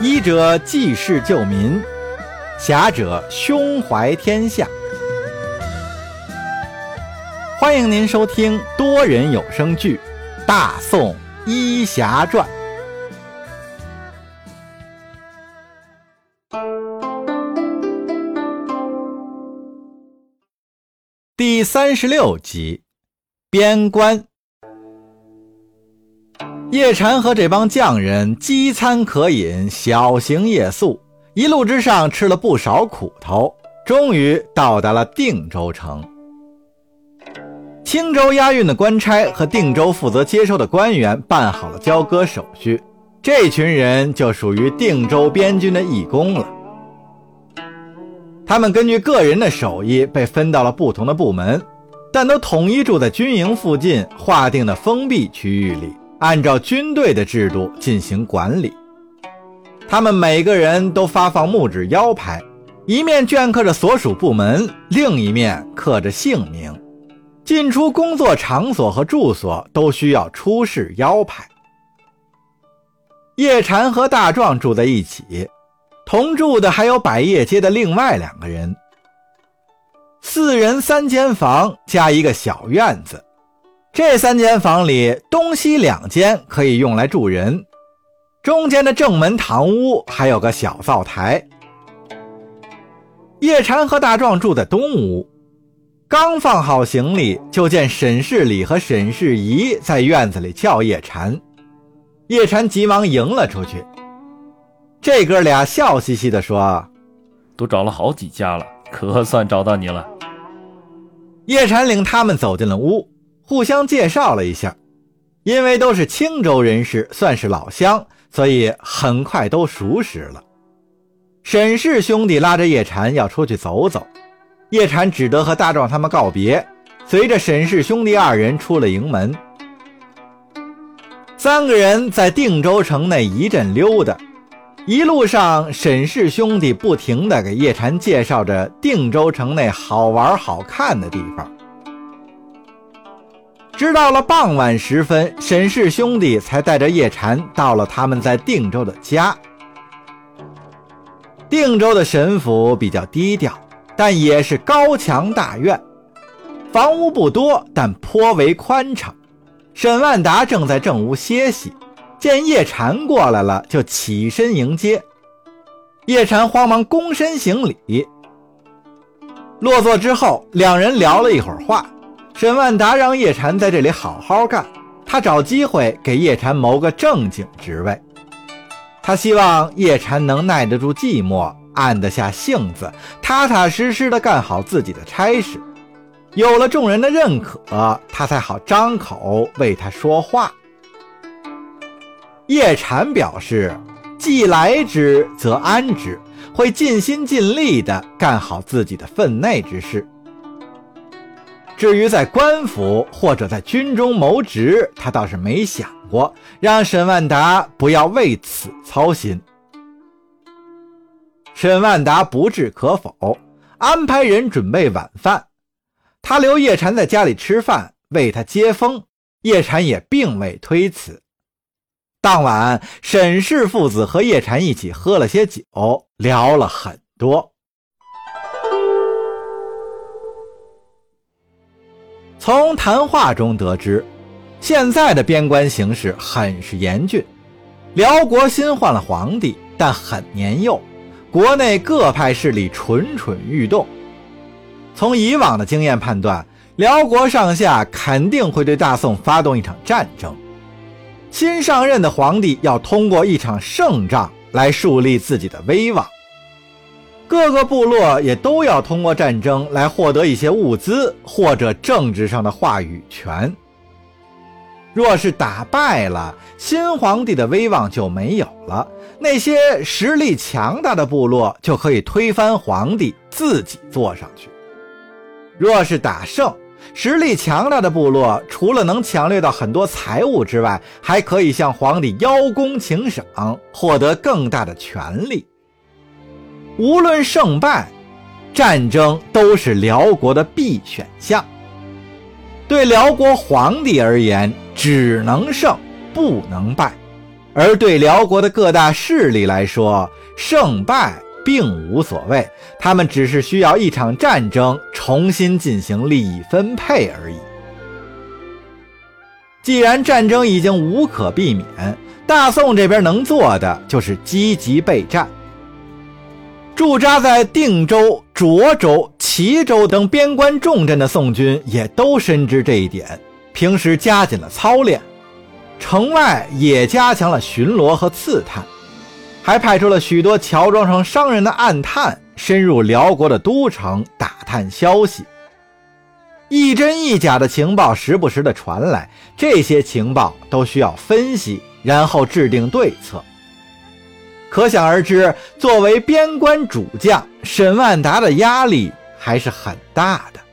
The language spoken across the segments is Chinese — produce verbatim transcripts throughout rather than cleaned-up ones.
医者济世救民，侠者胸怀天下。欢迎您收听多人有声剧《大宋医侠传》第三十六集，边关。叶禅和这帮匠人饥餐渴饮，小行夜宿，一路之上吃了不少苦头，终于到达了定州城。青州押运的官差和定州负责接收的官员办好了交割手续，这群人就属于定州边军的义工了。他们根据个人的手艺被分到了不同的部门，但都统一住在军营附近划定的封闭区域里，按照军队的制度进行管理。他们每个人都发放木质腰牌，一面镌刻着所属部门，另一面刻着姓名。进出工作场所和住所都需要出示腰牌。叶禅和大壮住在一起，同住的还有百叶街的另外两个人。四人三间房加一个小院子，这三间房里东西两间可以用来住人，中间的正门堂屋还有个小灶台。叶禅和大壮住在东屋，刚放好行李，就见沈世礼和沈世仪在院子里叫叶禅。叶禅急忙迎了出去。这哥俩笑嘻嘻地说： 都找了好几家了，可算找到你了。 叶禅领他们走进了屋，互相介绍了一下。因为都是青州人士，算是老乡，所以很快都熟识了。沈氏兄弟拉着叶禅要出去走走，叶禅只得和大壮他们告别，随着沈氏兄弟二人出了营门。三个人在定州城内一阵溜达，一路上沈氏兄弟不停地给叶禅介绍着定州城内好玩好看的地方。直到了傍晚时分，沈氏兄弟才带着叶禅到了他们在定州的家。定州的沈府比较低调，但也是高墙大院，房屋不多，但颇为宽敞。沈万达正在正屋歇息，见叶禅过来了，就起身迎接。叶禅慌忙躬身行礼。落座之后，两人聊了一会儿话。沈万达让叶禅在这里好好干，他找机会给叶禅谋个正经职位。他希望叶禅能耐得住寂寞，按得下性子，踏踏实实地干好自己的差事。有了众人的认可，他才好张口为他说话。叶禅表示，既来之则安之，会尽心尽力地干好自己的分内之事。至于在官府或者在军中谋职，他倒是没想过，让沈万达不要为此操心。沈万达不置可否，安排人准备晚饭。他留叶禅在家里吃饭，为他接风，叶禅也并未推辞。当晚，沈氏父子和叶禅一起喝了些酒，聊了很多。从谈话中得知，现在的边关形势很是严峻。辽国新换了皇帝，但很年幼，国内各派势力蠢蠢欲动。从以往的经验判断，辽国上下肯定会对大宋发动一场战争。新上任的皇帝要通过一场胜仗来树立自己的威望，各个部落也都要通过战争来获得一些物资或者政治上的话语权。若是打败了，新皇帝的威望就没有了，那些实力强大的部落就可以推翻皇帝，自己坐上去。若是打胜，实力强大的部落除了能抢掠到很多财物之外，还可以向皇帝邀功请赏，获得更大的权力。无论胜败，战争都是辽国的必选项。对辽国皇帝而言，只能胜不能败。 而对辽国的各大势力来说，胜败并无所谓，他们只是需要一场战争重新进行利益分配而已。既然战争已经无可避免，大宋这边能做的就是积极备战。驻扎在定州、涿州、齐州等边关重镇的宋军也都深知这一点，平时加紧了操练，城外也加强了巡逻和刺探，还派出了许多乔装成商人的暗探深入辽国的都城打探消息。一真一假的情报时不时的传来，这些情报都需要分析，然后制定对策。可想而知，作为边关主将，沈万达的压力还是很大的。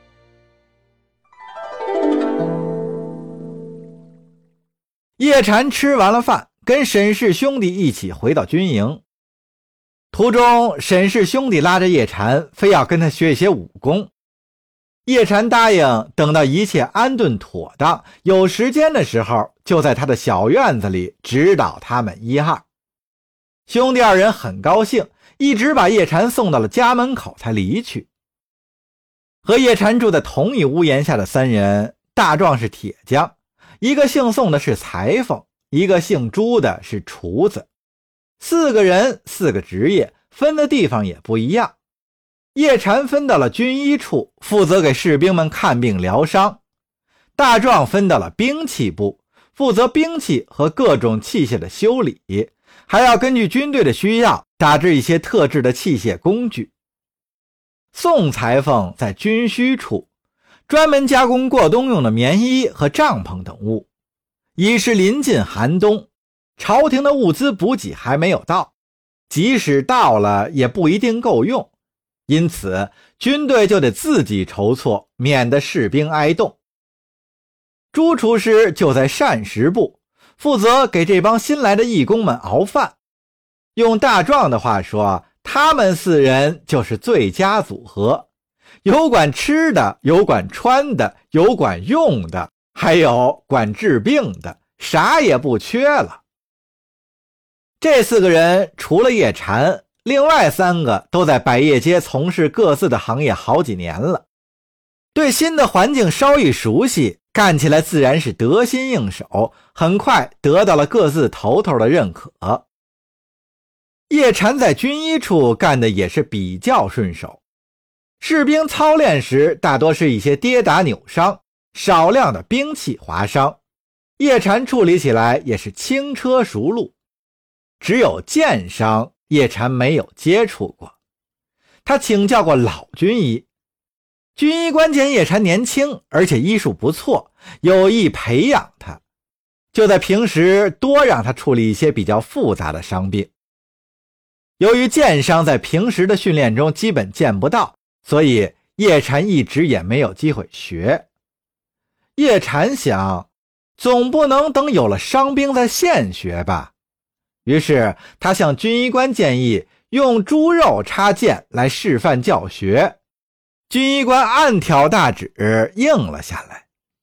叶禅吃完了饭，跟沈氏兄弟一起回到军营。途中，沈氏兄弟拉着叶禅，非要跟他学一些武功。叶禅答应等到一切安顿妥当，有时间的时候，就在他的小院子里指导他们一二。兄弟二人很高兴，一直把叶禅送到了家门口才离去。和叶禅住在同一屋檐下的三人，大壮是铁匠，一个姓宋的是裁缝，一个姓朱的是厨子。四个人四个职业，分的地方也不一样。叶禅分到了军医处，负责给士兵们看病疗伤。大壮分到了兵器部，负责兵器和各种器械的修理，还要根据军队的需要打制一些特制的器械工具。宋裁缝在军需处，专门加工过冬用的棉衣和帐篷等物。已是临近寒冬，朝廷的物资补给还没有到，即使到了也不一定够用，因此军队就得自己筹措，免得士兵挨冻。朱厨师就在膳食部，负责给这帮新来的义工们熬饭。用大壮的话说，他们四人就是最佳组合，有管吃的，有管穿的，有管用的，还有管治病的，啥也不缺了。这四个人除了叶禅，另外三个都在百业街从事各自的行业好几年了，对新的环境稍一熟悉，干起来自然是得心应手，很快得到了各自头头的认可。叶禅在军医处干的也是比较顺手，士兵操练时大多是一些跌打扭伤，少量的兵器划伤，叶禅处理起来也是轻车熟路。只有剑伤，叶禅没有接触过。他请教过老军医，军医官见叶禅年轻，而且医术不错，有意培养他，就在平时多让他处理一些比较复杂的伤病。由于剑伤在平时的训练中基本见不到，所以叶禅一直也没有机会学。叶禅想，总不能等有了伤兵再现学吧。于是他向军医官建议用猪肉插剑来示范教学。军医官暗挑大指应了下来。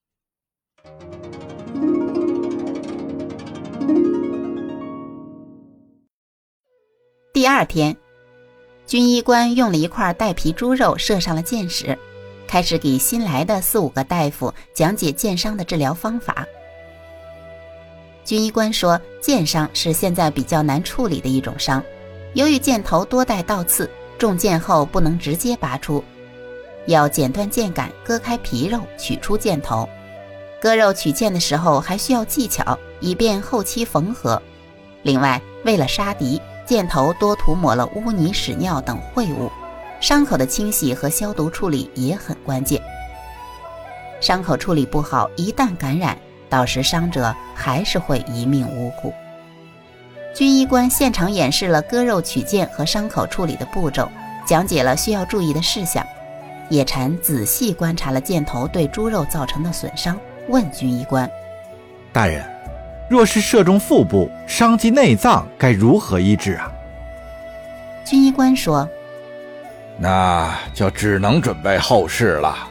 第二天，军医官用了一块带皮猪肉射上了箭矢，开始给新来的四五个大夫讲解箭伤的治疗方法。军医官说，箭伤是现在比较难处理的一种伤，由于箭头多带倒刺，中箭后不能直接拔出，要剪断箭杆，割开皮肉，取出箭头。割肉取箭的时候还需要技巧，以便后期缝合。另外，为了杀敌，箭头多涂抹了污泥、屎尿等秽物，伤口的清洗和消毒处理也很关键。伤口处理不好，一旦感染，到时伤者还是会一命呜呼。军医官现场演示了割肉取箭和伤口处理的步骤，讲解了需要注意的事项。叶禅仔细观察了箭头对猪肉造成的损伤，问军医官： 大人，若是射中腹部，伤及内脏，该如何医治啊？ 军医官说： 那就只能准备后事了。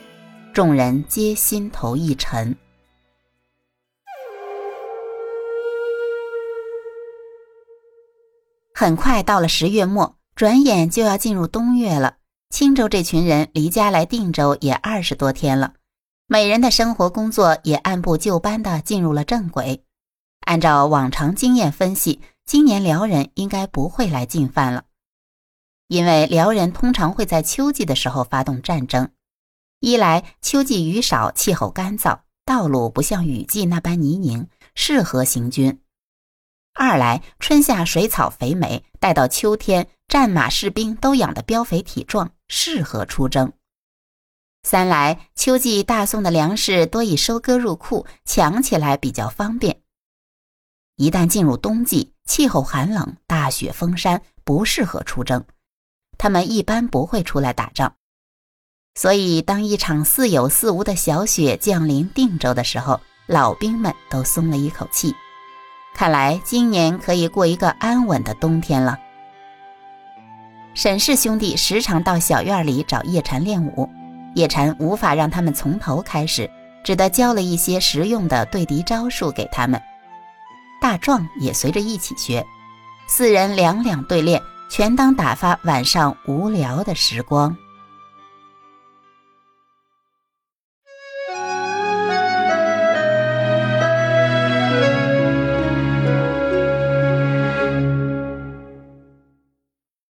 众人皆心头一沉。 很快到了十月末，转眼就要进入冬月了。青州这群人离家来定州也二十多天了，每人的生活工作也按部就班地进入了正轨。按照往常经验分析，今年辽人应该不会来进犯了，因为辽人通常会在秋季的时候发动战争。一来秋季雨少，气候干燥，道路不像雨季那般泥泞，适合行军；二来春夏水草肥美，待到秋天，战马士兵都养得膘肥体壮，适合出征；三来秋季大宋的粮食多以收割入库，抢起来比较方便。一旦进入冬季，气候寒冷，大雪封山，不适合出征，他们一般不会出来打仗。所以当一场似有似无的小雪降临定州的时候，老兵们都松了一口气，看来今年可以过一个安稳的冬天了。沈氏兄弟时常到小院里找叶禅练武，叶禅无法让他们从头开始，只得教了一些实用的对敌招数给他们。大壮也随着一起学，四人两两对练，全当打发晚上无聊的时光。